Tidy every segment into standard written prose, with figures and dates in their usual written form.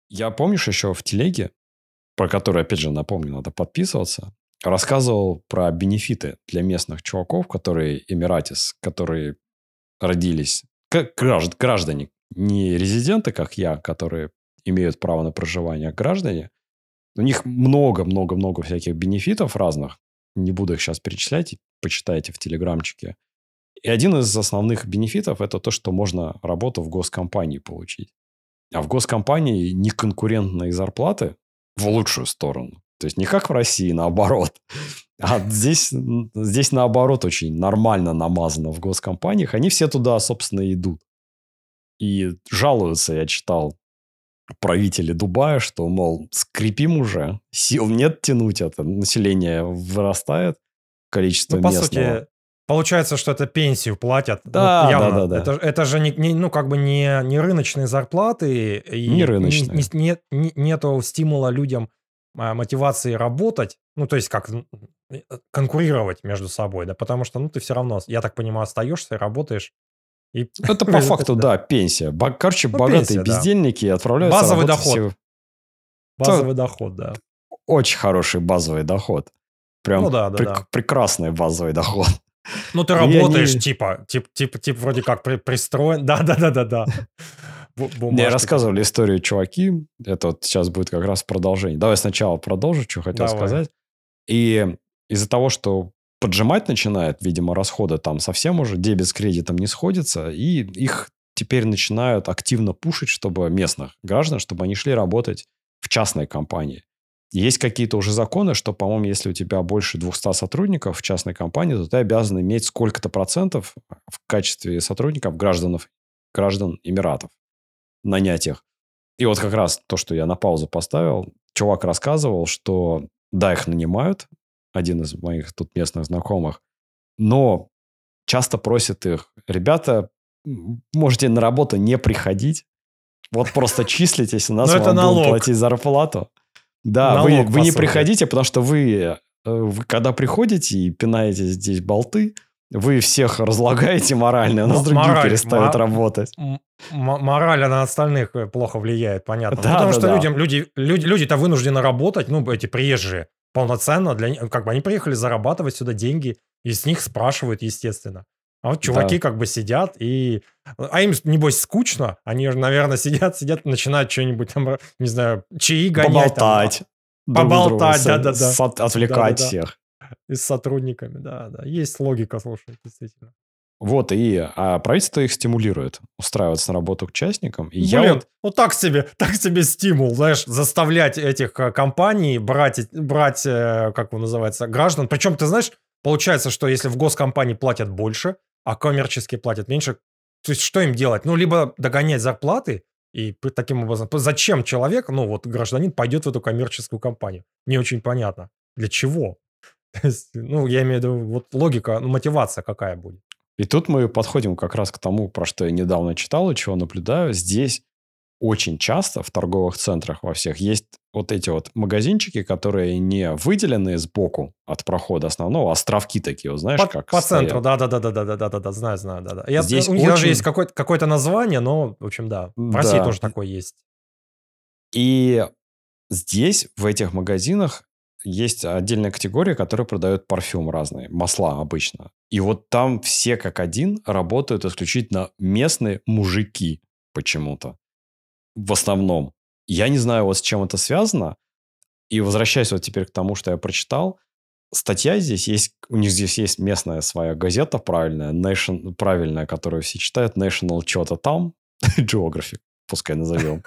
Я, помнишь, еще в телеге, про который, опять же, напомню, надо подписываться, рассказывал про бенефиты для местных чуваков, которые эмиратис, которые родились, как граждане, не резиденты, как я, которые имеют право на проживание, а граждане. У них много-много-много всяких бенефитов разных. Не буду их сейчас перечислять, почитайте в телеграмчике. И один из основных бенефитов – это то, что можно работу в госкомпании получить. А в госкомпании неконкурентные зарплаты в лучшую сторону. То есть, не как в России, наоборот. А здесь наоборот, очень нормально намазано в госкомпаниях. Они все туда, собственно, и идут. И жалуются, я читал, правители Дубая, что, мол, скрипим уже, сил нет тянуть это. Население вырастает, количество Ну, по местного. сути, получается, что это пенсию платят. Ну, Да, явно. да. Это же ну, как бы не рыночные зарплаты, Не и рыночные. нету стимула людям, мотивации работать, ну, то есть как конкурировать между собой, да, потому что, ну, ты все равно, я так понимаю, остаешься и работаешь, и Это в по результате, факту, да. да, пенсия. Короче, Ну, богатые пенсия, да. бездельники отправляются Базовый работать доход. все. Базовый доход, да. Очень хороший базовый доход. Ну, Прям да. прекрасный базовый доход. Ну, ты И работаешь, они... типа, вроде как пристроен. Да. Мне Бумажки там. рассказывали историю чуваки. Это вот сейчас будет как раз продолжение. Давай сначала продолжу, что хотел Давай. сказать. И из-за того, что поджимать начинает, видимо, расходы там совсем уже, дебет с кредитом не сходится, и их теперь начинают активно пушить, чтобы местных граждан, чтобы они шли работать в частной компании. Есть какие-то уже законы, что, по-моему, если у тебя больше 200 сотрудников в частной компании, то ты обязан иметь сколько-то процентов в качестве сотрудников граждан Эмиратов, нанять их. И вот как раз то, что я на паузу поставил, чувак рассказывал, что да, их нанимают, один из моих тут местных знакомых, но часто просят их: ребята, можете на работу не приходить, вот просто числитесь, у Ну, нас это вам будем налог. платить зарплату. Да, Налог, вы по не сути. приходите, потому что вы когда приходите и пинаете здесь болты, вы всех разлагаете морально, у нас другие перестают работать. Мораль на остальных плохо влияет, понятно. Ну, потому что Да. люди-то вынуждены работать, ну, эти приезжие, полноценно. Как бы они приехали зарабатывать сюда деньги, и с них спрашивают, естественно. А вот чуваки Да. как бы сидят, а им, небось, скучно. Они же, наверное, сидят, начинают что-нибудь там, не знаю, чаи гонять. Поболтать. Друг с другом. Поболтать, да-да-да. Отвлекать Да-да-да. всех. И с сотрудниками, да. Есть логика, слушай, действительно. Вот, правительство их стимулирует устраиваться на работу к частникам. И я Блин, ну так себе стимул, знаешь, заставлять этих компаний брать, как его называется, граждан. Причем, ты знаешь, получается, что если в госкомпании платят больше, а коммерческие платят меньше, то есть что им делать? Ну, либо догонять зарплаты, и таким образом, зачем человек, ну вот гражданин, пойдет в эту коммерческую компанию? Не очень понятно. Для чего? То есть, ну, я имею в виду, вот логика, ну, мотивация какая будет. И тут мы подходим как раз к тому, про что я недавно читал и чего наблюдаю. Здесь очень часто в торговых центрах во всех есть вот эти вот магазинчики, которые не выделены сбоку от прохода основного, а островки такие, вот знаешь, как По центру, стоят. да, знаю, да. Здесь У них даже есть очень... какое-то название, но, в общем, да. В России Да. тоже такое есть. И здесь, в этих магазинах, есть отдельная категория, которая продает парфюм разные, масла обычно. И вот там все как один работают исключительно местные мужики почему-то. В основном. Я не знаю, вот с чем это связано. И возвращаясь вот теперь к тому, что я прочитал, статья здесь есть, у них здесь есть местная своя газета правильная, правильная, которую все читают, National что-то там, Geography, пускай назовем.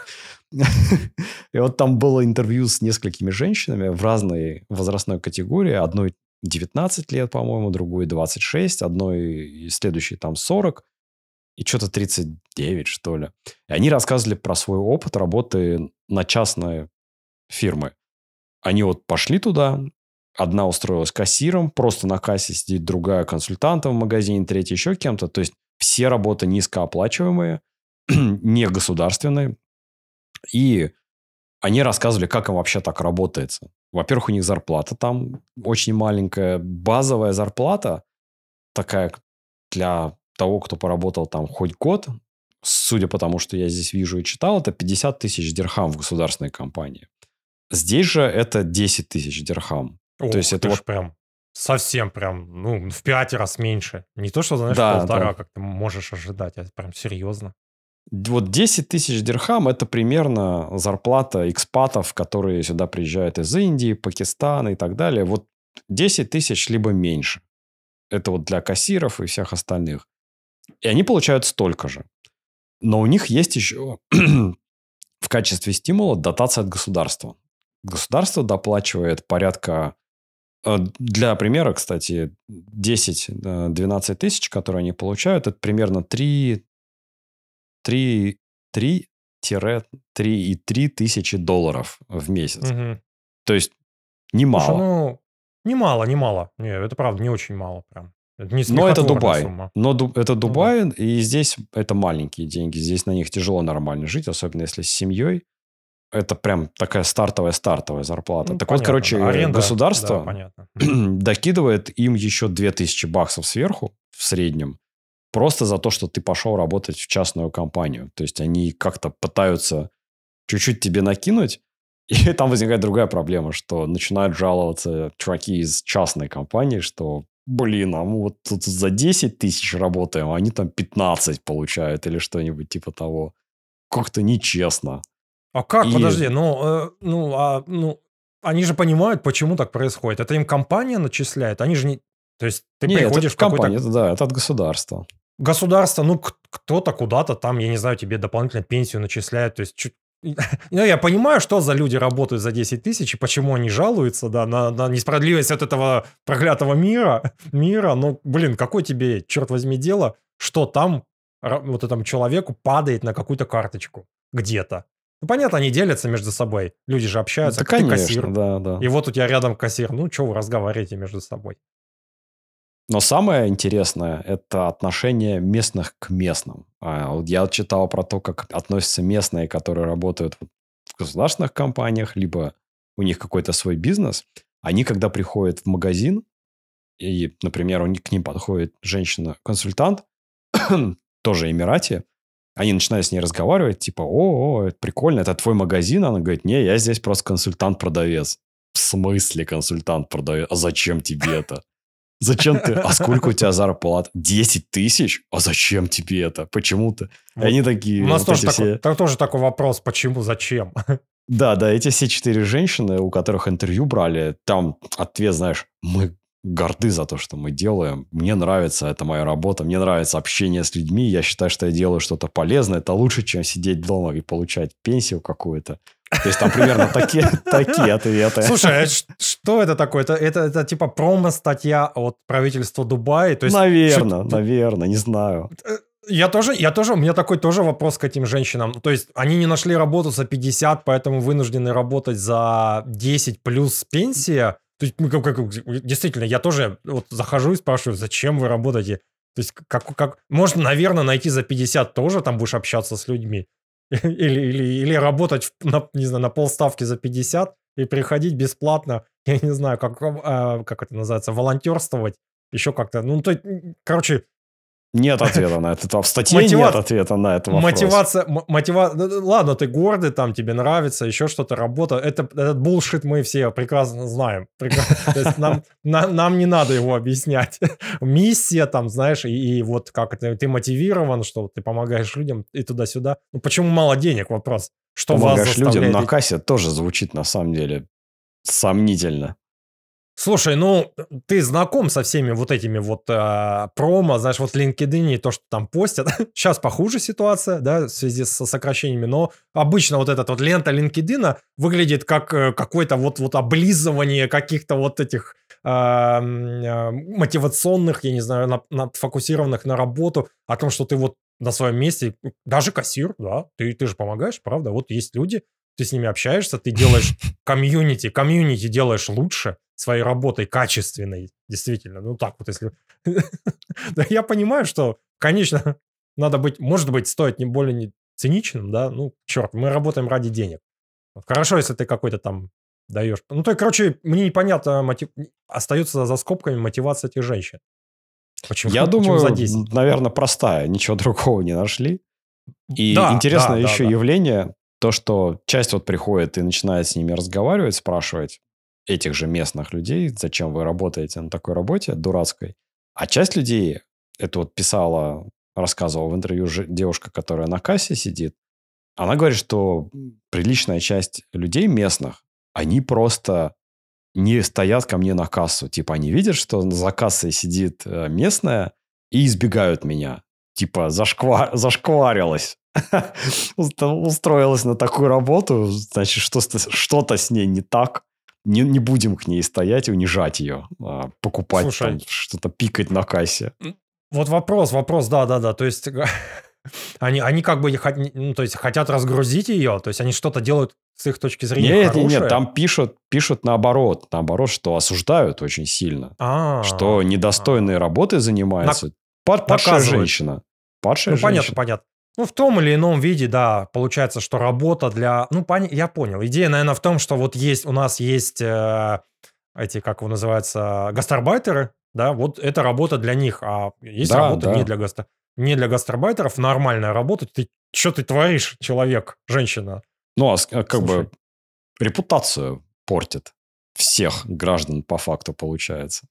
И вот там было интервью с несколькими женщинами в разной возрастной категории. Одной 19 лет, по-моему, другой 26, одной следующей там 40 и что-то 39, что ли. И они рассказывали про свой опыт работы на частные фирмы. Они вот пошли туда, одна устроилась кассиром, просто на кассе сидит, другая консультантом в магазине, третья еще кем-то. То есть все работы низкооплачиваемые, не государственные. И они рассказывали, как им вообще так работается. Во-первых, у них зарплата там очень маленькая. Базовая зарплата такая для того, кто поработал там хоть год, судя по тому, что я здесь вижу и читал, это 50 тысяч дирхам в государственной компании. Здесь же это 10 тысяч дирхам. То есть это вот... прям совсем прям, ну, в 5 раз меньше. Не то, что, знаешь, Да, полтора, да. как ты можешь ожидать, а прям серьезно. Вот 10 тысяч дирхам – это примерно зарплата экспатов, которые сюда приезжают из Индии, Пакистана и так далее. Вот 10 тысяч либо меньше. Это вот для кассиров и всех остальных. И они получают столько же. Но у них есть еще в качестве стимула дотация от государства. Государство доплачивает порядка... Для примера, кстати, 10-12 тысяч, которые они получают, это примерно 3,3 тысячи долларов в месяц. Мгм. То есть Слушай, немало. ну, немало. Не, это правда не очень мало прям. Это не Но это смехотворная Дубай. сумма. Но это Ну да. Дубай, и здесь это маленькие деньги. Здесь на них тяжело нормально жить, особенно если с семьей. Это прям такая стартовая зарплата. Ну, Так вот, понятно, короче, да. Аренда, да, государство понятно. Мгм. докидывает им еще 2000 баксов сверху в среднем. Просто за то, что ты пошел работать в частную компанию. То есть они как-то пытаются чуть-чуть тебе накинуть. И там возникает другая проблема, что начинают жаловаться чуваки из частной компании, что, блин, а мы вот тут за 10 тысяч работаем, а они там 15 получают или что-нибудь типа того. Как-то нечестно. А как? И Подожди, они же понимают, почему так происходит. Это им компания начисляет, они же не... То есть ты нет, это приходишь в в какое-то компании, это от государства. государство, ну, кто-то куда-то там, я не знаю, тебе дополнительно пенсию начисляют, то есть ну, я понимаю, что за люди работают за 10 тысяч и почему они жалуются, да, на несправедливость от этого проклятого мира, но, блин, какое тебе, черт возьми, дело, что там вот этому человеку падает на какую-то карточку где-то. Ну, понятно, они делятся между собой, люди же общаются, Да, ты кассир, конечно, да. и вот у тебя рядом кассир, ну, что вы разговариваете между собой? Но самое интересное – это отношение местных к местным. Вот я читал про то, как относятся местные, которые работают в государственных компаниях, либо у них какой-то свой бизнес. Они, когда приходят в магазин, и, например, к ним подходит женщина-консультант, тоже Эмирате, они начинают с ней разговаривать, типа, о, это прикольно, это твой магазин? Она говорит, не, я здесь просто консультант-продавец. В смысле консультант-продавец? А зачем тебе это? Зачем ты? А сколько у тебя зарплат? 10 тысяч? А зачем тебе это? Почему ты? И Вот они у такие, нас вот тоже эти все... тоже такой вопрос, почему, зачем? Да, эти все 4 женщины, у которых интервью брали, там ответ, знаешь, мы горды за то, что мы делаем. Мне нравится, это моя работа. Мне нравится общение с людьми. Я считаю, что я делаю что-то полезное. Это лучше, чем сидеть дома и получать пенсию какую-то. То есть там примерно такие ответы. Слушай, а что это такое? Это типа промо-статья от правительства Дубая? То есть, Наверное, не знаю. я тоже, у меня такой тоже вопрос к этим женщинам. То есть они не нашли работу за 50, поэтому вынуждены работать за 10 плюс пенсия. То есть, действительно, я тоже вот захожу и спрашиваю, зачем вы работаете? То есть, можно, наверное, найти за 50 тоже, там будешь общаться с людьми. Или работать, не знаю, на полставки за 50 и приходить бесплатно, я не знаю, как это называется, волонтерствовать, еще как-то. Ну, то, короче, Нет ответа на это. В статье нет ответа на этот вопрос. Ладно, ты гордый, там тебе нравится, еще что-то, работа. Этот булшит мы все прекрасно знаем. То есть нам не надо его объяснять. Миссия там, знаешь, и вот как это, ты мотивирован, что ты помогаешь людям и туда-сюда. Ну, почему мало денег? Вопрос. Что вас Помогаешь людям заставляет... на кассе тоже звучит на самом деле сомнительно. Слушай, ну, ты знаком со всеми вот этими вот промо, знаешь, вот в LinkedIn и то, что там постят. Сейчас похуже ситуация, да, в связи с сокращениями, но обычно вот эта вот лента LinkedIn выглядит как какое-то вот облизывание каких-то вот этих мотивационных, я не знаю, фокусированных на работу, о том, что ты вот на своем месте, даже кассир, да, ты же помогаешь, правда? Вот есть люди, ты с ними общаешься, ты делаешь комьюнити делаешь лучше своей работой качественной, действительно. Ну так вот, если... Да я понимаю, что, конечно, надо быть, может быть, стоит не более не циничным, да, ну, черт, мы работаем ради денег. Хорошо, если ты какой-то там даешь. Ну, то, короче, мне непонятно, остается за скобками мотивация этих женщин. Почему, Я почему за думаю, 10? наверное, простая. Ничего другого не нашли. И Да, да, интересное да, еще да. явление, то, что часть вот приходит и начинает с ними разговаривать, спрашивать этих же местных людей, зачем вы работаете на такой работе дурацкой. А часть людей, это вот писала, рассказывала в интервью девушка, которая на кассе сидит, она говорит, что приличная часть людей местных, они просто не стоят ко мне на кассу. Типа, они видят, что за кассой сидит местная и избегают меня. Типа, зашкварилась. Устроилась на такую работу, значит, что-то с ней не так. Не будем к ней стоять и унижать ее. Покупать там Слушай, что-то, пикать на кассе. вот вопрос, да-да-да. То есть они как бы ну, то есть хотят разгрузить ее, то есть они что-то делают с их точки зрения Нет, хорошее. там пишут наоборот. Наоборот, что осуждают очень сильно. Что А, недостойной работой нак- занимается падшая наказывают. женщина. Падшая Ну, понятно, женщина. понятно. Ну, в том или ином виде, да, получается, что работа для... Ну, я понял. Идея, наверное, в том, что вот у нас есть эти, как его называются, гастарбайтеры, да, вот это работа для них, а есть Да, работа да. не для гастарбайтеров, нормальная работа. Что ты творишь, человек, женщина? Ну, как Слушай. бы репутацию портит всех граждан по факту получается.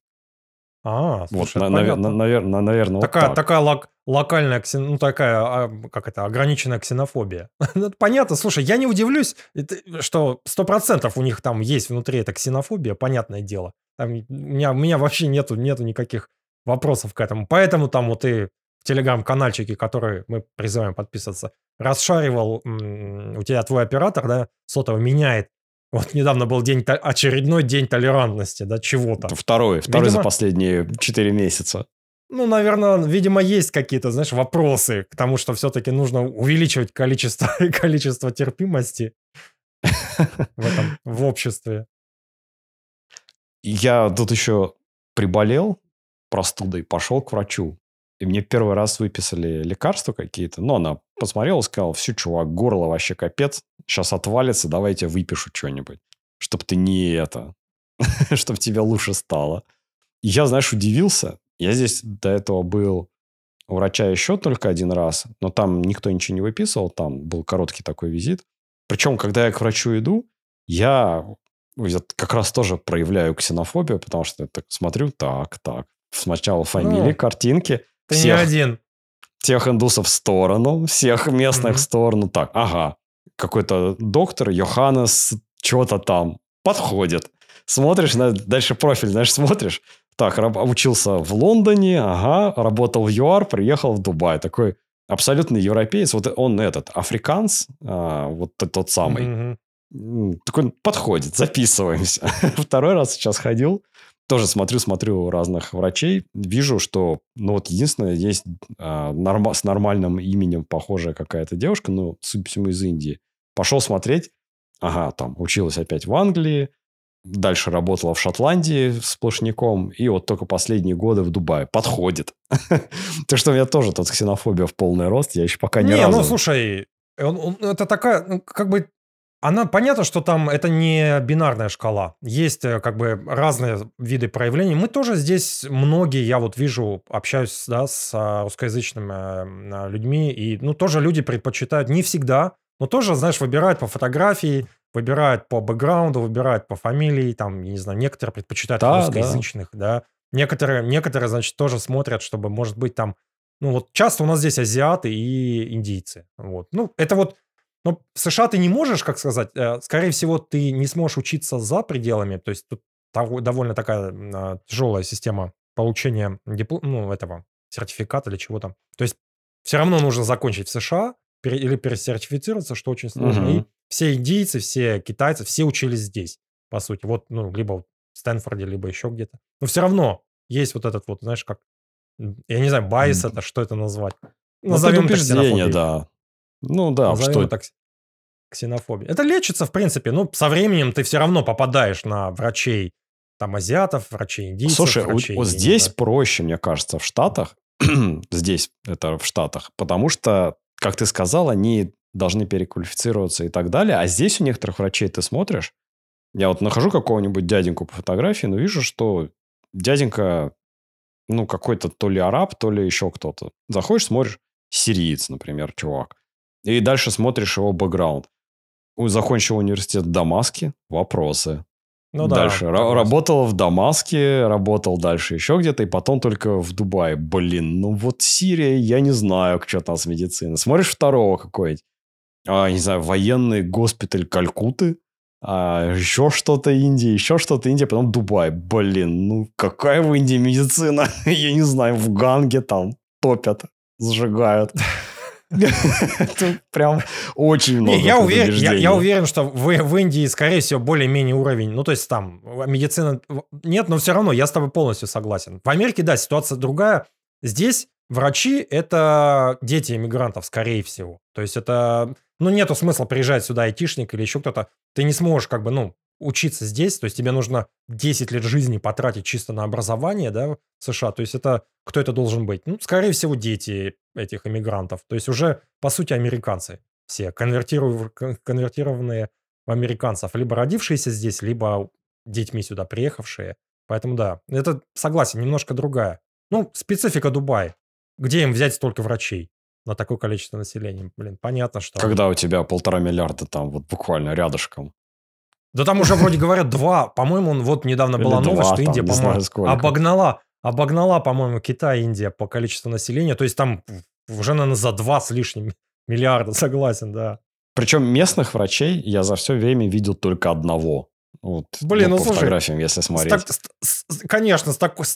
Вот, Слушай, это понятно. наверное, вот так. Такая локальная, ну такая, как это, ограниченная ксенофобия. Ну, это понятно, слушай, я не удивлюсь, что 100% у них там есть внутри эта ксенофобия, понятное дело. Там у меня вообще нету никаких вопросов к этому. Поэтому там вот и в телеграм-канальчике, который мы призываем подписываться, расшаривал, у тебя твой оператор, да, сотовый меняет. Вот недавно был очередной день толерантности, да, чего-то. Это второй за Видимо, последние 4 месяца. ну, наверное, видимо, есть какие-то, знаешь, вопросы к тому, что все-таки нужно увеличивать количество терпимости в обществе. Я тут еще приболел простудой, пошел к врачу. И мне первый раз выписали лекарства какие-то. Но она посмотрела и сказала: все, чувак, горло вообще капец. Сейчас отвалится, давай я тебе выпишу что-нибудь. Чтоб ты не это... Чтоб тебе лучше стало. И я, знаешь, удивился. Я здесь до этого был у врача еще только один раз. Но там никто ничего не выписывал. Там был короткий такой визит. Причем, когда я к врачу иду, я как раз тоже проявляю ксенофобию, потому что я так смотрю, так. Сначала фамилии, Ну, картинки, ты не один. тех индусов в сторону, всех местных в Мгм. сторону. Так, ага, какой-то доктор Йоханнес чего-то там подходит. Смотришь, дальше профиль, знаешь, смотришь. Так, учился в Лондоне, ага, работал в ЮАР, приехал в Дубай. Такой абсолютный европеец. Вот он этот, африканс, вот тот самый. Мгм. Такой подходит, записываемся. Второй раз сейчас ходил, тоже смотрю разных врачей, вижу, что, ну, вот единственное, есть с нормальным именем похожая какая-то девушка, ну, судя по всему, из Индии. Пошел смотреть, ага, там, училась опять в Англии, дальше работала в Шотландии сплошняком, и вот только последние годы в Дубае. Подходит. Так что у меня тоже тут ксенофобия в полный рост, я еще пока ни Не, ну разу... слушай, это такая, ну, как бы, она понятно, что там это не бинарная шкала. Есть как бы разные виды проявлений. Мы тоже здесь многие, я вот вижу, общаюсь, да, с русскоязычными людьми, и, ну, тоже люди предпочитают, не всегда, но тоже, знаешь, выбирают по фотографии, выбирают по бэкграунду, выбирают по фамилии, там, я не знаю, некоторые предпочитают Да, да. русскоязычных, да, некоторые, значит, тоже смотрят, чтобы, может быть, там, ну, вот часто у нас здесь азиаты и индийцы, вот. Ну, это вот, но в США ты не можешь, как сказать, скорее всего, ты не сможешь учиться за пределами, то есть тут довольно такая тяжелая система получения ну, этого сертификата или чего там. То есть все равно нужно закончить в США или пересертифицироваться, что очень сложно. И Мгм. все индийцы, все китайцы, все учились здесь, по сути. Вот, ну, либо в Стэнфорде, либо еще где-то. Но все равно есть вот этот вот, знаешь, как, я не знаю, байс это, что это назвать? Ну, Назовем это предубеждение, ксенофобией. да. Ну, да, Назовем что... это ксенофобией. Это лечится, в принципе. Ну, со временем ты все равно попадаешь на врачей, там, азиатов, врачей индийцев, Слушай, врачей, вот я не здесь знаю. проще, мне кажется, в Штатах. Здесь это в Штатах. Потому что, как ты сказал, они должны переквалифицироваться и так далее. А здесь у некоторых врачей ты смотришь. Я вот нахожу какого-нибудь дяденьку по фотографии, но вижу, что дяденька, ну, какой-то то ли араб, то ли еще кто-то. Заходишь, смотришь, сириец, например, чувак. И дальше смотришь его бэкграунд. Закончил университет в Дамаске, вопросы. Ну Дальше да, согласен. работал в Дамаске, работал дальше еще где-то, и потом только в Дубае. Блин, ну вот Сирия, я не знаю, что там с медициной. Смотришь второго какой-нибудь, не знаю, военный госпиталь Калькутты, еще что-то Индия, потом Дубай. Блин, ну какая в Индии медицина? Я не знаю, в Ганге там топят, сжигают. Это прям очень много Я предубеждений. уверен, что в Индии, скорее всего, более-менее уровень. Ну, то есть там медицина... Нет, но все равно я с тобой полностью согласен. В Америке, да, ситуация другая. Здесь врачи – это дети иммигрантов, скорее всего. То есть это... Ну, нету смысла приезжать сюда айтишник или еще кто-то. Ты не сможешь как бы, ну, учиться здесь. То есть тебе нужно 10 лет жизни потратить чисто на образование, да, в США. То есть это... Кто это должен быть? Ну, скорее всего, дети этих иммигрантов. То есть уже, по сути, американцы все, конвертированные в американцев, либо родившиеся здесь, либо детьми сюда приехавшие. Поэтому да, это, согласен, немножко другая. Ну, специфика Дубая. Где им взять столько врачей на такое количество населения? Блин, понятно, что... Когда у тебя 1,5 миллиарда там вот буквально рядышком. Да там уже вроде говорят 2. По-моему, вот недавно Или была новость, 2 что Индия, там, не знаю по-моему, сколько. обогнала, по-моему, Китай и Индия по количеству населения. То есть там уже, наверное, за 2 с лишним миллиарда, согласен, да. Причем местных врачей я за все время видел только одного. Вот, Блин, ну по слушай, фотографиям, если смотреть. конечно,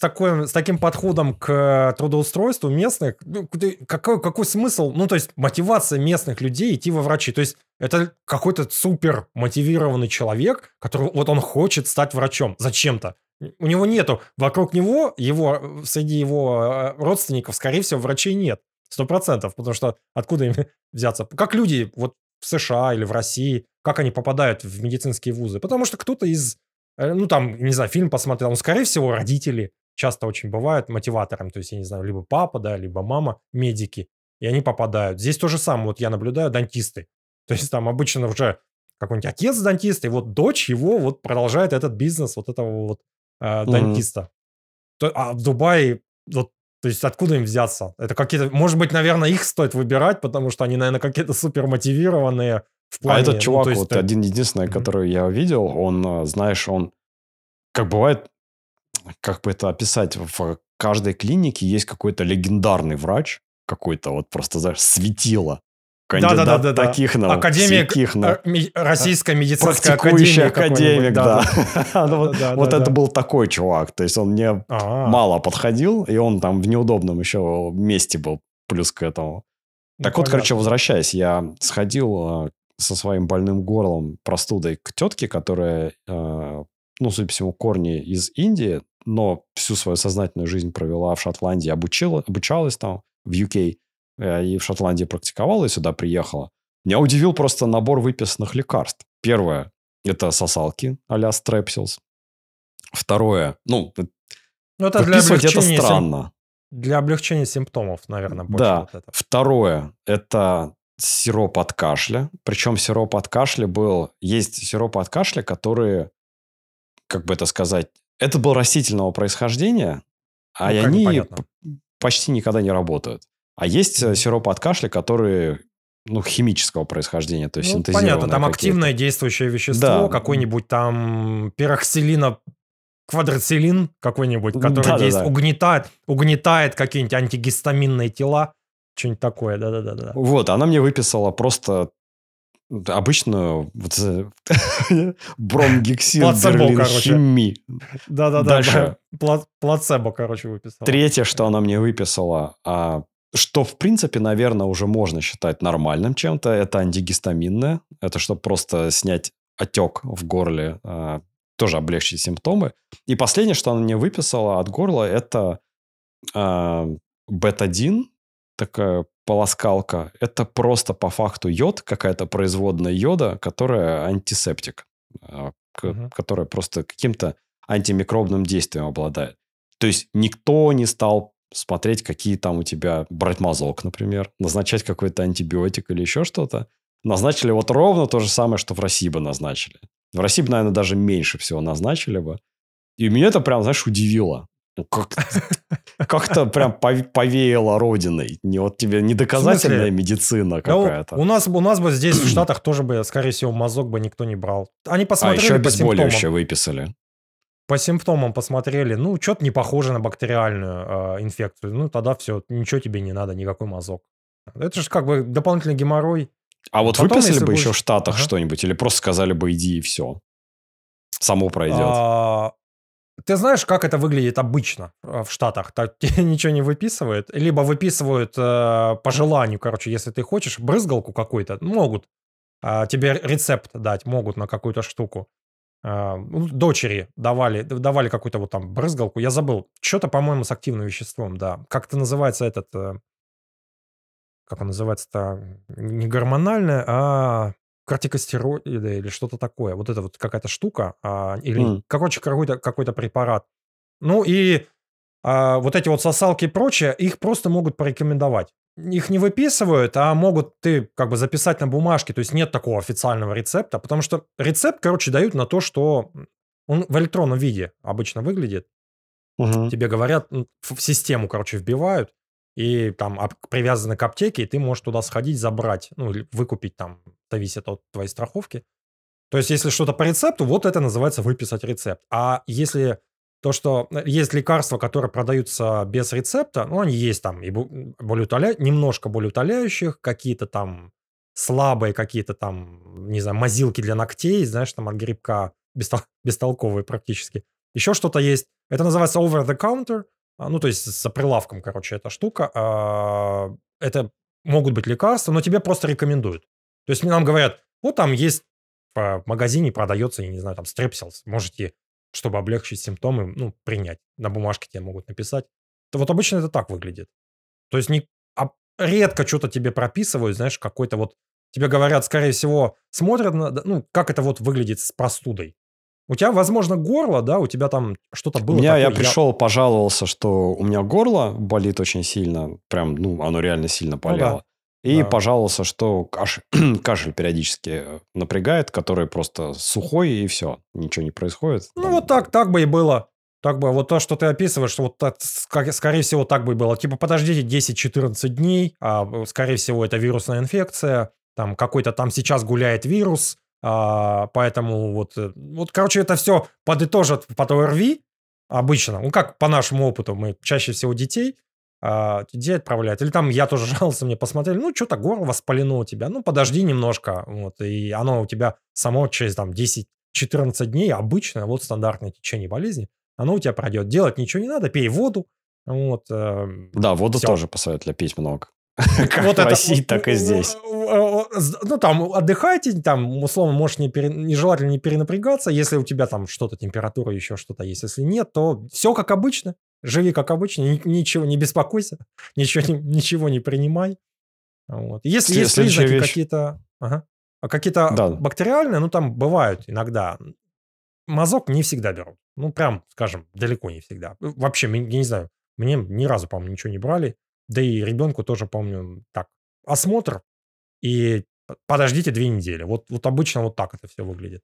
с таким подходом к трудоустройству местных, ну, какой смысл, ну, то есть мотивация местных людей идти во врачи, то есть это какой-то супер мотивированный человек, который вот он хочет стать врачом зачем-то. У него нету, вокруг него, среди его родственников, скорее всего, врачей нет. 100%, потому что откуда им взяться? Как люди вот в США или в России, как они попадают в медицинские вузы? Потому что кто-то из, ну там, не знаю, фильм посмотрел, ну, скорее всего, родители часто очень бывают мотиватором, то есть, я не знаю, либо папа, да, либо мама, медики, и они попадают. Здесь то же самое, вот я наблюдаю, дантисты. То есть там обычно уже какой-нибудь отец дантист, и вот дочь его вот продолжает этот бизнес вот этого вот дантиста. А в Дубае вот, то есть откуда им взяться? Это какие-то, может быть, наверное, их стоит выбирать, потому что они, наверное, какие-то супер мотивированные в А плане... этот ну, чувак, то есть, вот один-единственный, Мгм. который я видел, он, знаешь, он, как бывает, как бы это описать, в каждой клинике есть какой-то легендарный врач, какой-то вот просто, знаешь, светило. Кандидат Да-да-да-да-да. таких наук, Академик, сяких наук. Российской медицинской Практикующий академии какой-нибудь. академик, да. Ну вот это Да-да-да-да-да. был такой чувак. То есть он мне мало подходил, и он там в неудобном еще месте был плюс к этому. Ну, Так вот, короче, понятно. возвращаясь, я сходил со своим больным горлом, простудой к тетке, которая, ну, судя по всему, корни из Индии, но всю свою сознательную жизнь провела в Шотландии, обучалась там в UK, и в Шотландии практиковала, и сюда приехала. Меня удивил просто набор выписанных лекарств. Первое – это сосалки а-ля Strepsils. Второе, ну, Ну, это выписывать это странно. для облегчения симптомов, наверное, больше Да. вот это. Второе – это сироп от кашля. Причем сироп от кашля был... Есть сиропы от кашля, которые, как бы это сказать, это был растительного происхождения, Ну, и как бы они понятно. почти никогда не работают. А есть Мгм. сиропы от кашля, которые, ну, химического происхождения, то есть Ну, синтезированные понятно, там какие-то. активное действующее вещество, Да. какой-нибудь там пероксилина, квадрацилин какой-нибудь, который Да-да-да. угнетает какие-нибудь антигистаминные тела, что-нибудь такое, да-да-да. Вот, она мне выписала просто обычную бромгексил Плацебо, берлинхимии. Да-да-да, Дальше. плацебо, короче, выписал. Третье, что она мне выписала, что, в принципе, наверное, уже можно считать нормальным чем-то, это антигистаминное. Это чтобы просто снять отек в горле, тоже облегчить симптомы. И последнее, что она мне выписала от горла, это бетадин, такая полоскалка. Это просто по факту йод, какая-то производная йода, которая антисептик, Мгм. которая просто каким-то антимикробным действием обладает. То есть никто не стал смотреть, какие там у тебя, брать мазок, например, назначать какой-то антибиотик или еще что-то. Назначили вот ровно то же самое, что в России бы назначили. В России бы, наверное, даже меньше всего назначили бы. И меня это прям, знаешь, удивило. Ну, как-то прям повеяло родиной. Вот тебе не В доказательная смысле? медицина Да какая-то. у нас бы здесь в Штатах тоже бы, скорее всего, мазок бы никто не брал. Они А еще посмотрели по обезболивающее симптомам. выписали. По симптомам посмотрели, ну, что-то не похоже на бактериальную инфекцию. Ну, тогда все, ничего тебе не надо, никакой мазок. Это же как бы дополнительный геморрой. А вот Потом, выписали если бы еще в будешь... Штатах Ага. что-нибудь? Или просто сказали бы иди и все? Само пройдет. А, Ты знаешь, как это выглядит обычно в Штатах? Так тебе ничего не выписывают. Либо выписывают по желанию, короче, если ты хочешь, брызгалку какую-то, могут тебе рецепт дать, могут на какую-то штуку. Дочери давали какую-то вот там брызгалку. Я забыл. Что-то, по-моему, с активным веществом, да. Как это называется как он называется-то? Не гормональное, а кортикостероиды или что-то такое. Вот это вот какая-то штука. Или, М, короче, какой-то препарат. Ну и вот эти вот сосалки и прочее, их просто могут порекомендовать. Их не выписывают, а могут ты как бы записать на бумажке. То есть нет такого официального рецепта, потому что рецепт, короче, дают на то, что он в электронном виде обычно выглядит. мгм. Тебе говорят, в систему, короче, вбивают, и там привязаны к аптеке, и ты можешь туда сходить, забрать, ну, или выкупить там, зависит от твоей страховки. То есть, если что-то по рецепту, вот это называется выписать рецепт. А если то, что есть лекарства, которые продаются без рецепта, ну, они есть там и немножко болеутоляющих, какие-то там слабые, какие-то там, не знаю, мазилки для ногтей, знаешь, там от грибка, бестолковые практически. Еще что-то есть, это называется over the counter, ну, то есть за прилавком, короче, эта штука. Это могут быть лекарства, но тебе просто рекомендуют. То есть нам говорят, вот там есть в магазине продается, я не знаю, там стрепсилс. Можете, чтобы облегчить симптомы, ну, принять. На бумажке тебе могут написать. То вот обычно это так выглядит. То есть редко что-то тебе прописывают, знаешь, какой-то вот... Тебе говорят, скорее всего, смотрят, ну, как это вот выглядит с простудой. У тебя, возможно, горло, да, у тебя там что-то У было меня я такое. пришел, пожаловался, что у меня горло болит очень сильно. Прям, ну, оно реально сильно Ну да, болело. И да. пожаловался, что кашель периодически напрягает, который просто сухой, и все. Ничего не происходит. Ну, Там, вот так бы и было. Так бы, вот то, что ты описываешь, вот так, скорее всего, так бы и было. Типа, подождите 10-14 дней, скорее всего, это вирусная инфекция, там какой-то там сейчас гуляет вирус, поэтому вот, короче, это все подытожат под ОРВИ обычно. Ну, как по нашему опыту, мы чаще всего детей отправляют. Или там я тоже жаловался, мне посмотрели, ну, что-то горло воспалено у тебя, ну, подожди немножко, вот, и оно у тебя само через там 10-14 дней, обычное, вот стандартное течение болезни, оно у тебя пройдет. Делать ничего не надо, пей воду, вот, да, воду все. тоже посоветовали пить много. Как Вот в это, России, так и здесь. ну, там, отдыхайте, там, условно, можешь нежелательно не перенапрягаться, если у тебя там что-то, температура, еще что-то есть. Если нет, то все как обычно, живи как обычно, ничего не беспокойся, ничего не принимай. Вот. Если есть Следующая признаки вещь. какие-то, ага, какие-то Да, бактериальные, ну, там бывают иногда. Мазок не всегда берут. Ну, прям, скажем, далеко не всегда. Вообще, я не знаю, мне ни разу, по-моему, ничего не брали. Да и ребенку тоже, помню, так, осмотр и подождите 2 недели. Вот обычно вот так это все выглядит.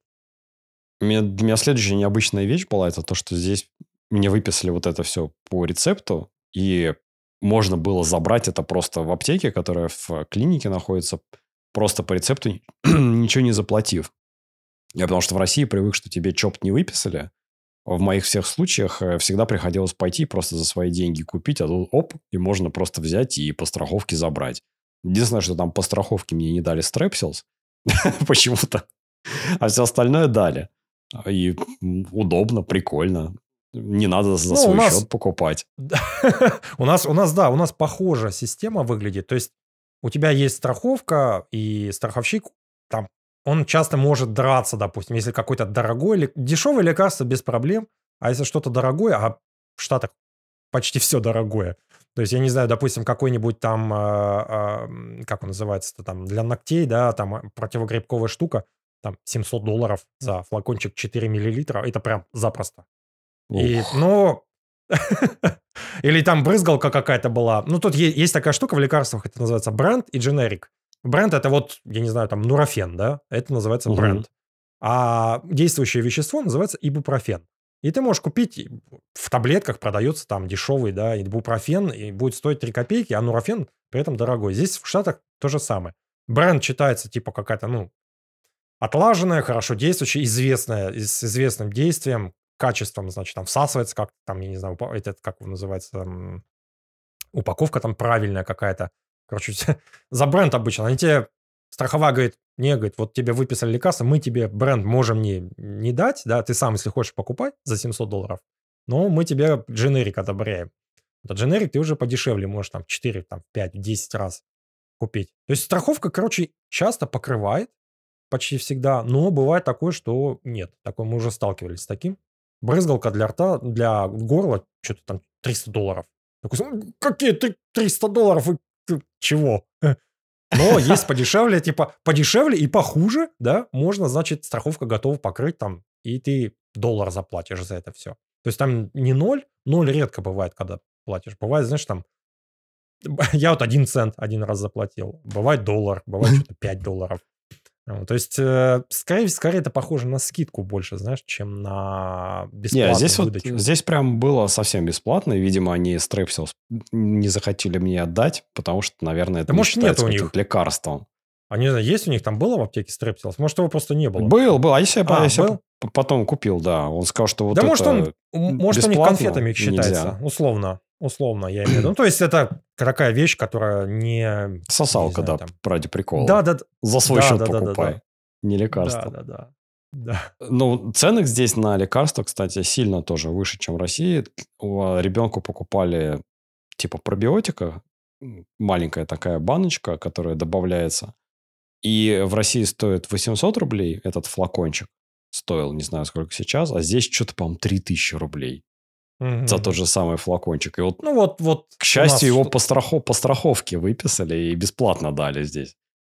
Для меня следующая необычная вещь была, это то, что здесь мне выписали вот это все по рецепту, и можно было забрать это просто в аптеке, которая в клинике находится, просто по рецепту, ничего не заплатив. Я потому что в России привык, что тебе ЧОП не выписали. В моих всех случаях всегда приходилось пойти просто за свои деньги купить, а тут оп, и можно просто взять и по страховке забрать. Единственное, что там по страховке мне не дали стрепсилс почему-то, а все остальное дали. И удобно, прикольно. Не надо за Ну, у свой нас счет покупать. да, у нас похожая система выглядит. То есть у тебя есть страховка, и страховщик там, он часто может драться, допустим, если какой-то дешевое лекарство без проблем, а если что-то дорогое, а в Штатах почти все дорогое. То есть, я не знаю, допустим, какой-нибудь там, как он называется-то там, для ногтей, да, там противогрибковая штука, там $700 за флакончик 4 миллилитра, это прям запросто. Ух. Но или там брызгалка какая-то была. Ну, тут есть такая штука в лекарствах, это называется бренд и дженерик. Бренд это вот, я не знаю, там нурофен, да, это называется Мгм. бренд. А действующее вещество называется ибупрофен. И ты можешь купить, в таблетках продается там дешевый, да, ибупрофен, и будет стоить 3 копейки, а нурофен при этом дорогой. Здесь в Штатах то же самое. Бренд считается типа какая-то, ну, отлаженная, хорошо действующая, известная, с известным действием, качеством, значит, там всасывается, как там, я не знаю, этот, как он называется, упаковка там правильная какая-то. Короче, за бренд обычно. Они тебе, страховая говорит, не, говорит, вот тебе выписали лекарство, мы тебе бренд можем не дать, да, ты сам, если хочешь, покупай за $700, но мы тебе дженерик одобряем. Это дженерик ты уже подешевле можешь там 4, там, 5, 10 раз купить. То есть страховка, короче, часто покрывает, почти всегда, но бывает такое, что нет. Такое мы уже сталкивались с таким. Брызгалка для рта, для горла, что-то там $300. Такой, какие $300? Ты чего? Но есть подешевле, типа подешевле и похуже, да, можно, значит, страховка готова покрыть там, и ты $1 заплатишь за это все. То есть там не 0, 0 редко бывает, когда платишь. Бывает, знаешь, там, я вот 1 цент один раз заплатил. Бывает $1, бывает что-то $5. То есть, скорее это похоже на скидку больше, знаешь, чем на Не, здесь бесплатную вот, выдачу. здесь прям было совсем бесплатно, и, видимо, они Strepsils не захотели мне отдать, потому что, наверное, это Да не может, нет считается у каким-то них. лекарством. А не знаю, есть у них там было в аптеке Strepsils? Может, его просто не было. Был. А если А, я себе был? потом купил, да. Он сказал, что вот Да может, это может, у них бесплатно конфетами считается. нельзя. Условно, я имею в виду. Ну, то есть, это такая вещь, которая не Сосалка, знаю, да, там. ради прикола. Да. За свой счет Да. покупай, не лекарство. Да. Ну, цены здесь на лекарства, кстати, сильно тоже выше, чем в России. Ребенку покупали типа пробиотика, маленькая такая баночка, которая добавляется. И в России стоит 800 рублей этот флакончик. Стоил, не знаю, сколько сейчас. А здесь что-то, по-моему, 3000 рублей за тот же самый флакончик. И вот, Ну, вот к счастью, его по страховке выписали и бесплатно дали здесь.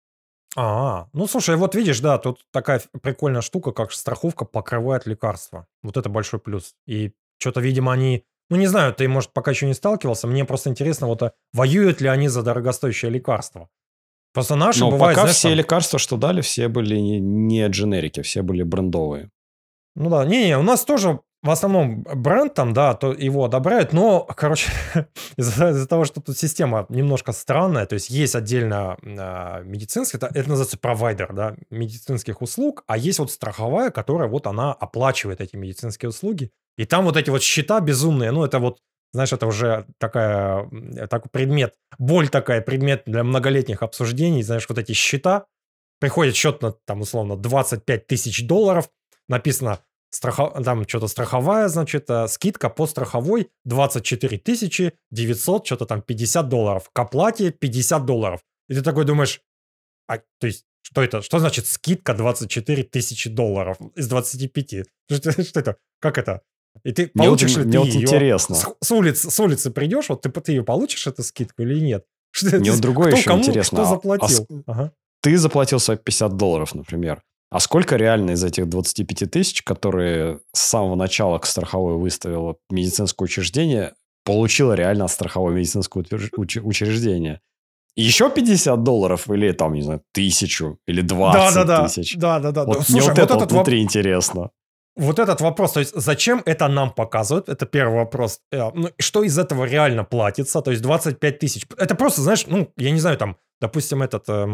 Ну слушай, вот видишь, да, тут такая прикольная штука, как страховка покрывает лекарства. Вот это большой плюс. И что-то, видимо, они... Ну, не знаю, ты, может, пока еще не сталкивался. Мне просто интересно, вот воюют ли они за дорогостоящее лекарство. Просто наши Но бывают, пока знаешь, все там... лекарства, что дали, все были не дженерики, все были брендовые. Ну да, не, у нас тоже в основном бренд там, да, то его одобряют, но, короче, из-за того, что тут система немножко странная, то есть отдельно медицинская, это называется провайдер, да, медицинских услуг, а есть вот страховая, которая вот она оплачивает эти медицинские услуги, и там вот эти вот счета безумные, ну это вот, знаешь, это уже такой предмет, боль такая, предмет для многолетних обсуждений, знаешь, вот эти счета, приходит счет на, там, условно, $25 тысяч, написано, там что-то страховая, значит, скидка по страховой 24 900, что-то там $50. К оплате $50. И ты такой думаешь, то есть, что это? Что значит скидка 24 тысячи долларов из 25? Что это? Как это? И ты получишь ли ты вот ее? интересно. С улицы придешь, вот ты ее получишь, эту скидку или нет? Мне вот другое еще кому интересно. что заплатил? Ты заплатил свои $50, например. А сколько реально из этих 25 тысяч, которые с самого начала к страховой выставило медицинское учреждение, получило реально страховое медицинское учреждение? Еще $50 или там, не знаю, 1000 или 20 тысяч? Да. Вот Слушай, мне вот это этот внутри интересно. Вот этот вопрос, то есть зачем это нам показывают, это первый вопрос. Ну, что из этого реально платится, то есть 25 тысяч. Это просто, знаешь, ну, я не знаю, там, допустим,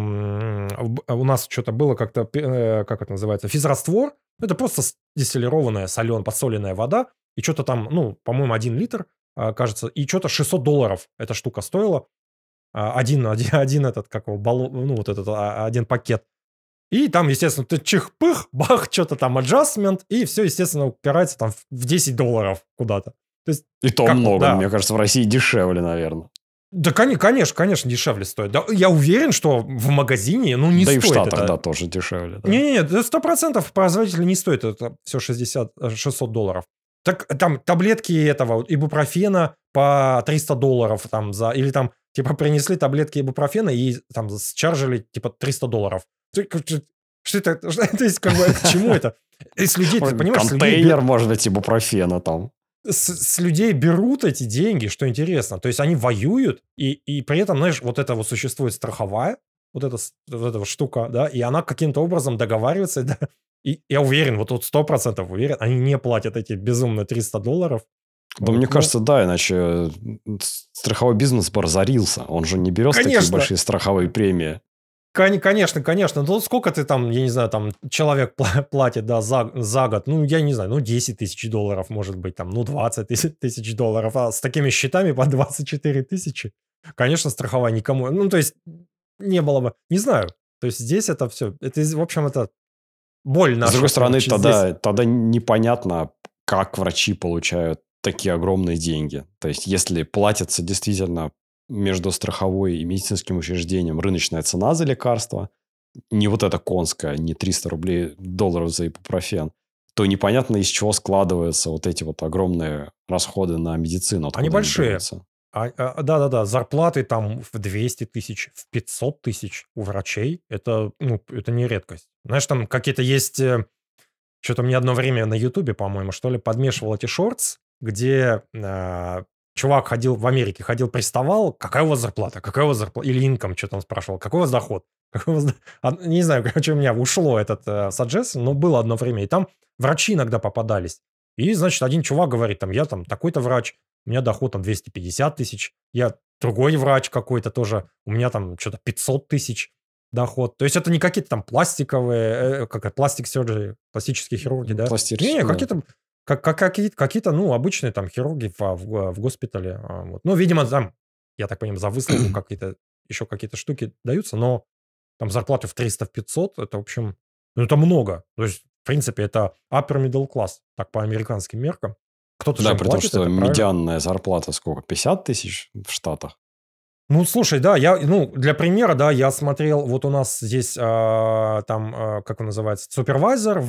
у нас что-то было как-то, как это называется, физраствор. Это просто дистиллированная, подсоленная вода, и что-то там, ну, по-моему, 1 литр, кажется, и что-то $600 эта штука стоила. Один этот, как его, ну, вот этот, один пакет. И там, естественно, ты чих-пых, бах, что-то там аджастмент, и все, естественно, упирается там в $10 куда-то. То есть, И то как, много, да. мне кажется, в России дешевле, наверное. Да, конечно, дешевле стоит. Да, я уверен, что в магазине, ну, не да стоит. Да и в Штатах, это. да, тоже дешевле. Да. Не-не-не, 100% производитель не стоит это все $600. Так там таблетки этого ибупрофена по $300 там за... Или там, типа, принесли таблетки ибупрофена и там счаржили, типа, $300. Что это? То есть, как бы, к чему это? Из людей, ты понимаешь... Контейнер, может быть, ибупрофена там. С людей берут эти деньги, что интересно. То есть, они воюют, и при этом, знаешь, вот это вот существует страховая, вот эта штука, да, и она каким-то образом договаривается, да, И я уверен, вот тут 100% уверен, они не платят эти безумные $300. Да, Вот, мне ну, кажется, да, иначе страховой бизнес бы разорился. Он же не берет такие конечно, большие страховые премии. конечно, конечно. Ну, сколько ты там, я не знаю, там человек платит, да, за год? Ну, я не знаю, ну, $10 000, может быть, там, ну, $20 000. А с такими счетами по 24 тысячи, конечно, страховая никому... Ну, то есть, не было бы... Не знаю. То есть, здесь это все... Это, в общем, это боль С другой наша, стороны, короче, здесь. тогда непонятно, как врачи получают такие огромные деньги. То есть, если платится действительно между страховой и медицинским учреждением рыночная цена за лекарство, не вот эта конская, не 300 рублей долларов за ибупрофен, то непонятно, из чего складываются вот эти вот огромные расходы на медицину, Они откуда они большие. берутся. Да-да-да, зарплаты там в 200 тысяч, в 500 тысяч у врачей. Это, ну, это не редкость. Знаешь, там какие-то есть... Что-то мне одно время на Ютубе, по-моему, что ли, подмешивал эти шортс, где чувак ходил в Америке, ходил, приставал, какая у вас зарплата, какая у вас зарплата, или инком, что-то он спрашивал, какой у вас доход, какой у вас не знаю, короче, у меня ушло этот suggestion, но было одно время, и там врачи иногда попадались. И, значит, один чувак говорит, там, я там такой-то врач, у меня доход там 250 тысяч, я другой врач какой-то тоже, у меня там что-то 500 тысяч доход. То есть это не какие-то там пластиковые, как это, пластик surgery, пластические хирурги, да? Не, Да. какие-то, какие-то, ну, обычные там хирурги в госпитале. Вот. Ну, видимо, там, я так понимаю, за выслугу какие-то, еще какие-то штуки даются, но там зарплаты в 300, в 500, это, в общем, ну, это много. То есть, в принципе, это upper middle class, так по американским меркам. Кто-то же Да, им при том, платит, что это правильно. медианная зарплата сколько? 50 тысяч в Штатах? Ну, слушай, да, ну, для примера, да, я смотрел, вот у нас здесь там, как он называется, супервайзер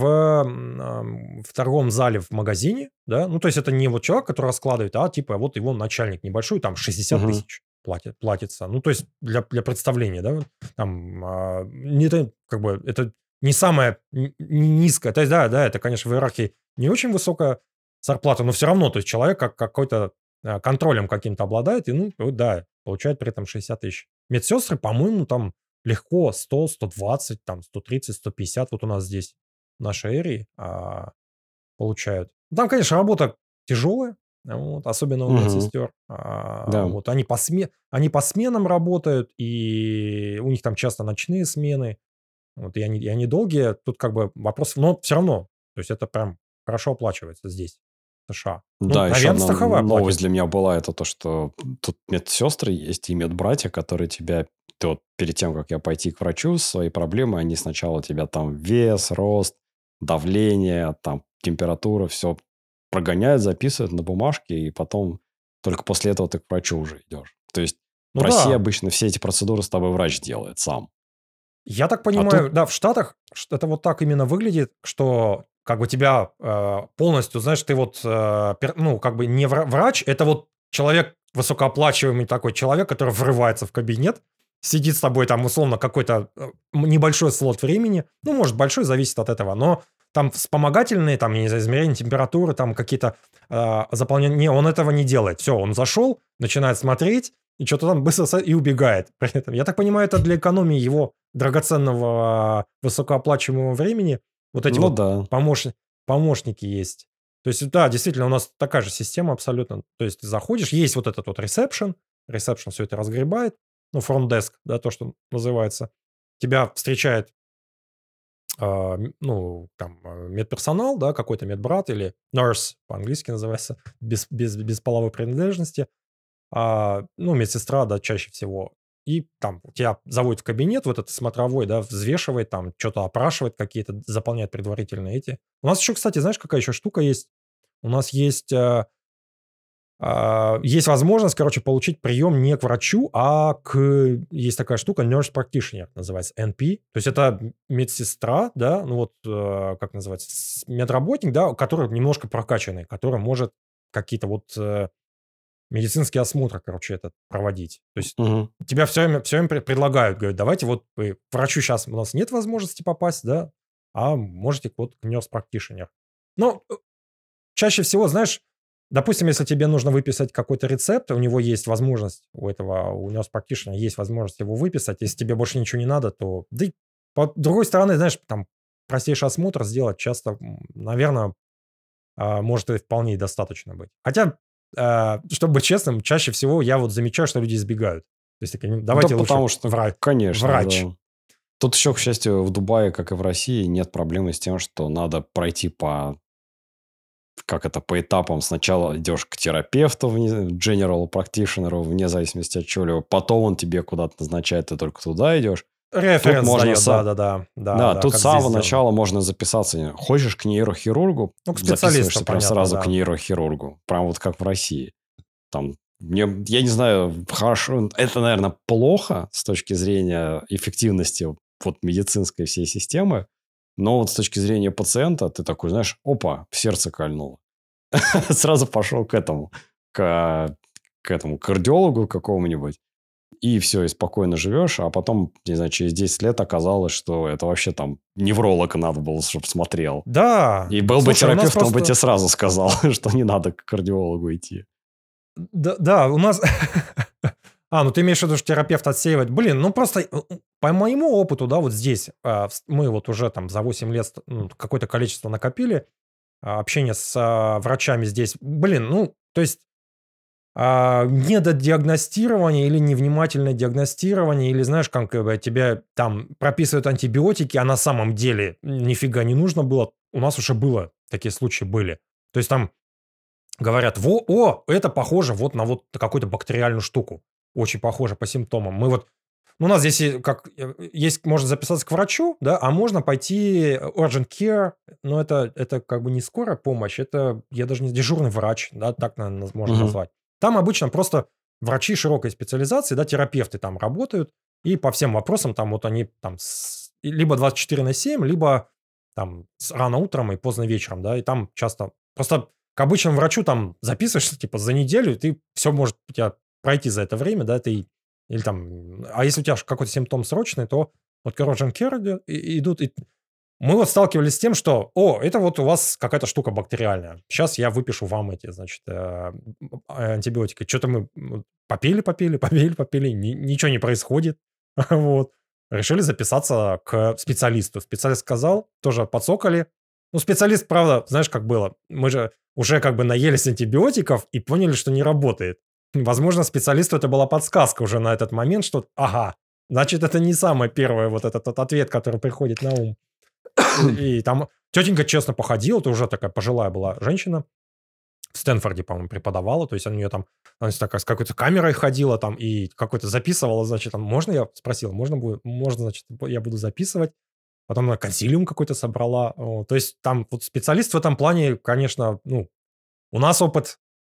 в торговом зале в магазине, да, ну, то есть это не вот человек, который раскладывает, а типа вот его начальник небольшой, там 60 Мгм. тысяч платится, ну, то есть для представления, да, там, не это, как бы, это не самое низкое, то есть, да, это, конечно, в иерархии не очень высокая зарплата, но все равно, то есть человек как какой-то контролем каким-то обладает, и, ну, вот, да, получает при этом 60 тысяч. Медсестры, по-моему, там легко 100, 120, там 130, 150 вот у нас здесь, в нашей эрии, получают. Ну, там, конечно, работа тяжелая, вот, особенно у Мгм. медсестер. Да. Вот, они по сменам работают, и у них там часто ночные смены, вот, и они долгие. Тут как бы вопрос, но все равно, то есть это прям хорошо оплачивается здесь, в США. Ну, Да, еще наверное, одна страховая новость платит. для меня была, это то, что тут медсестры есть и медбратья, которые тебя, ты вот перед тем, как я пойти к врачу с своей проблемой, они сначала тебя там вес, рост, давление, там температура, все прогоняют, записывают на бумажке, и потом только после этого ты к врачу уже идешь. То есть в Ну России да, обычно все эти процедуры с тобой врач делает сам. я так А понимаю, тут, да, в Штатах это вот так именно выглядит, что как бы тебя полностью, знаешь, ты вот, ну, как бы не врач, это вот человек, высокооплачиваемый такой человек, который врывается в кабинет, сидит с тобой там условно какой-то небольшой слот времени, ну, может, большой, зависит от этого, но там вспомогательные, там, я не знаю, измерения температуры, там какие-то заполнения, не, он этого не делает. Все, он зашел, начинает смотреть, и что-то там быстро и убегает при этом. Я так понимаю, это для экономии его драгоценного высокооплачиваемого времени. Вот эти ну вот да, помощники есть. То есть, да, действительно, у нас такая же система абсолютно. То есть, ты заходишь, есть вот этот вот ресепшн все это разгребает, ну, фронт-деск, да, то, что называется. Тебя встречает, ну, там, медперсонал, да, какой-то медбрат или nurse по-английски называется, без половой принадлежности, ну, медсестра, да, чаще всего. И там тебя заводит в кабинет, вот этот смотровой, да, взвешивает, там что-то опрашивает, какие-то заполняет предварительно эти. У нас еще, кстати, знаешь, какая еще штука есть? У нас есть возможность, короче, получить прием не к врачу, есть такая штука, nurse practitioner, называется, NP. То есть это медсестра, да, ну вот, как называется, медработник, да, который немножко прокачанный, который может какие-то вот медицинский осмотр, короче, этот проводить. То есть мгм. тебя все время предлагают, говорят, давайте вот к врачу сейчас у нас нет возможности попасть, да, а можете вот к nurse practitioner. Но чаще всего, знаешь, допустим, если тебе нужно выписать какой-то рецепт, у него есть возможность, у nurse practitioner есть возможность его выписать, если тебе больше ничего не надо, то... Да и по другой стороны, знаешь, там простейший осмотр сделать часто, наверное, может и вполне и достаточно быть. Хотя, чтобы быть честным, чаще всего я вот замечаю, что люди избегают. То есть такие, давайте Да лучше потому что, конечно, врач. да. Тут еще, к счастью, в Дубае, как и в России, нет проблемы с тем, что надо пройти по по этапам. Сначала идешь к терапевту, general practitioner, вне зависимости от чего, потом он тебе куда-то назначает, ты только туда идешь. Референс можно дает, да-да-да. тут как с здесь самого сделано. начала можно записаться. Хочешь к нейрохирургу, Ну, к специалисту, записываешься прям понятно, сразу да. к нейрохирургу. Прям вот как в России. Там, я не знаю, хорошо, это, наверное, плохо с точки зрения эффективности вот медицинской всей системы, но вот с точки зрения пациента ты такой, знаешь, опа, в сердце кольнуло. Сразу пошел к этому кардиологу какому-нибудь, и все, и спокойно живешь, а потом, не знаю, через 10 лет оказалось, что это вообще там невролога надо было, чтобы смотрел. Да. И был бы Слушай, у нас терапевт, он бы просто- тебе сразу сказал, что не надо к кардиологу идти. Да, у нас... ну ты имеешь в виду, что терапевт отсеивает. Блин, ну просто по моему опыту, да, вот здесь мы вот уже там за 8 лет какое-то количество накопили общение с врачами здесь. Блин, ну, то есть недодиагностирование или невнимательное диагностирование, или, знаешь, как бы тебе там прописывают антибиотики, а на самом деле нифига не нужно было. У нас уже было, такие случаи были. То есть там говорят, это похоже вот на вот какую-то бактериальную штуку. Очень похоже по симптомам. Мы вот, у нас здесь есть, можно записаться к врачу, да, а можно пойти urgent care, но это как бы не скорая помощь, это, я даже не дежурный врач, да, так, наверное, можно Мгм. назвать. Там обычно просто врачи широкой специализации, да, терапевты там работают, и по всем вопросам там вот они там либо 24/7, либо там рано утром и поздно вечером, да, и там часто просто к обычному врачу там записываешься, типа, за неделю, и ты все может у тебя пройти за это время, да, или там, а если у тебя какой-то симптом срочный, то вот к urgent care идут, и мы вот сталкивались с тем, что, это вот у вас какая-то штука бактериальная, сейчас я выпишу вам эти, значит, антибиотики. Что-то мы попили, ничего не происходит, вот. Решили записаться к специалисту. Специалист сказал, тоже подсокали. Ну, специалист, правда, знаешь, как было, мы же уже как бы наелись антибиотиков и поняли, что не работает. Возможно, специалисту это была подсказка уже на этот момент, что, значит, это не самый первый вот этот вот ответ, который приходит на ум. И там тетенька честно походила, это уже такая пожилая была женщина, в Стэнфорде, по-моему, преподавала, то есть она такая с какой-то камерой ходила там и какой-то записывала, значит, там, можно, я спросил, можно, значит, я буду записывать. Потом она консилиум какой-то собрала. То есть там вот специалист в этом плане, конечно, ну, у нас опыт,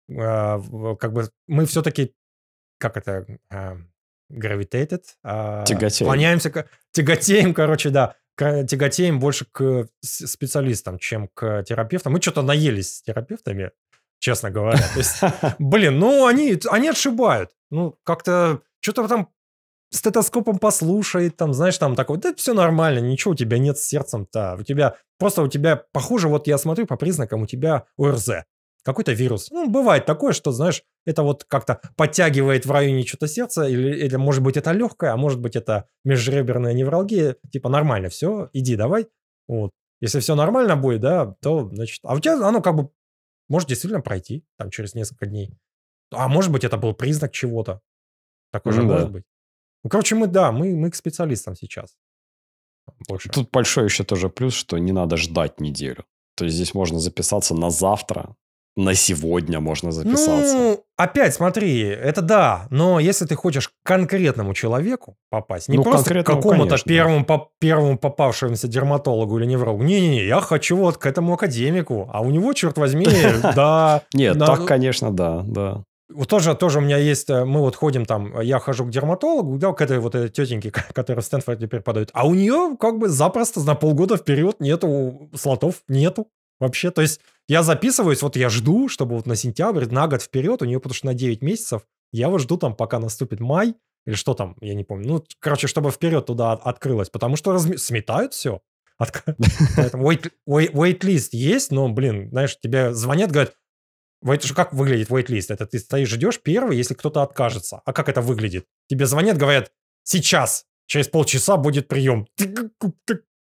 как бы мы все-таки, как это, gravitated, Тяготеем. склоняемся, тяготеем, короче, да, тяготеем больше к специалистам, чем к терапевтам. Мы что-то наелись с терапевтами, честно говоря. То есть, блин, ну они отшибают. Ну, как-то что-то там стетоскопом послушает, там, знаешь, там такой, да все нормально, ничего у тебя нет с сердцем-то. У тебя, похоже, вот я смотрю по признакам, у тебя ОРЗ. Какой-то вирус. Ну, бывает такое, что, знаешь, это вот как-то подтягивает в районе что-то сердца, или может быть, это легкое, а может быть, это межреберная невралгия. Типа, нормально все, иди давай. Вот. Если все нормально будет, да, то, значит... А у тебя оно как бы может действительно пройти там через несколько дней. А может быть, это был признак чего-то. Такое же Да. может быть. Ну, короче, мы к специалистам сейчас. Больше. Тут большой еще тоже плюс, что не надо ждать неделю. То есть здесь можно записаться на завтра, на сегодня можно записаться. Ну, опять смотри, это да, но если ты хочешь к конкретному человеку попасть, не Ну, просто к конкретному, какому-то конечно. первому попавшемуся дерматологу или неврологу. Не-не-не, я хочу вот к этому академику, а у него, черт возьми, да... Нет, так, конечно, да. Вот тоже у меня есть, мы вот ходим там, я хожу к дерматологу, да, к этой вот этой тетеньке, которая в Стэнфорде преподает, а у нее как бы запросто на полгода вперед нету слотов, нету вообще. То есть я записываюсь, вот я жду, чтобы вот на сентябрь, на год вперед, у нее потому что на 9 месяцев, я вот жду там, пока наступит май, или что там, я не помню. Ну, короче, чтобы вперед туда открылось, потому что сметают все. Поэтому wait-list есть, но, блин, знаешь, тебе звонят, говорят, это же как выглядит wait-list? Это ты стоишь, ждешь первый, если кто-то откажется. А как это выглядит? Тебе звонят, говорят, сейчас, через полчаса будет прием.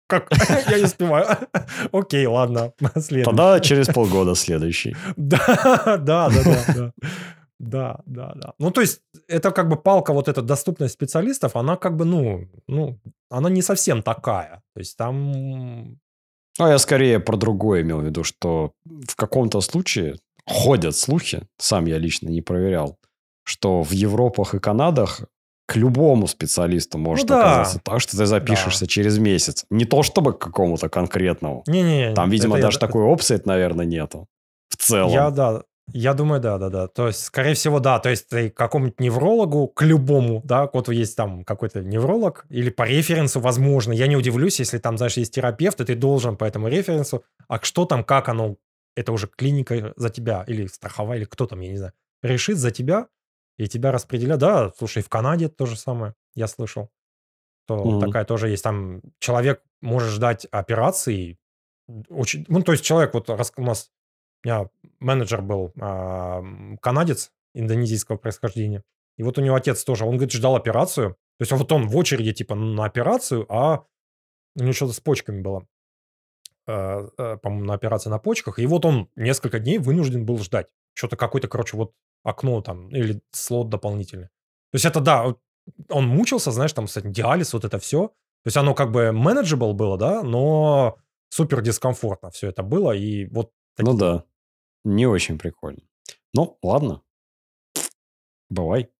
Как? Я не успеваю. Окей, ладно, следующий. Тогда через полгода следующий. Да, да, да, да, да. Да, да, да. Ну, то есть, это как бы палка, вот эта доступность специалистов, она как бы, она не совсем такая. То есть, там... А я скорее про другое имел в виду, что в каком-то случае ходят слухи, сам я лично не проверял, что в Европах и Канадах к любому специалисту Ну, может оказаться да, так, что ты да. запишешься через месяц. Не то чтобы к какому-то конкретному. Не-не-не, Там, это видимо, я... даже такой опции, наверное, нету. В целом. Да, я думаю, да. То есть, скорее всего, да. То есть, ты к какому-нибудь неврологу, к любому, да, вот есть там какой-то невролог, или по референсу, возможно. Я не удивлюсь, если там, знаешь, есть терапевт, и ты должен по этому референсу. А что там, как оно, это уже клиника за тебя, или страховая, или кто там, я не знаю, решит за тебя, и тебя распределят. Да, слушай, в Канаде то же самое, я слышал. То Мгм. такая тоже есть. Там человек может ждать операции. Очень, ну, то есть человек, вот у нас у меня менеджер был канадец индонезийского происхождения. И вот у него отец тоже, он, говорит, ждал операцию. То есть вот он в очереди типа на операцию, а у него что-то с почками было. По-моему, на операции на почках. И вот он несколько дней вынужден был ждать. Что-то какое-то, короче, вот окно там или слот дополнительный. То есть это да, вот он мучился, знаешь, там с этим диализ, вот это все. То есть оно как бы manageable было, да, но супер дискомфортно все это было. И вот Ну такие дела. да, не очень прикольно. Ну, ладно, бывай.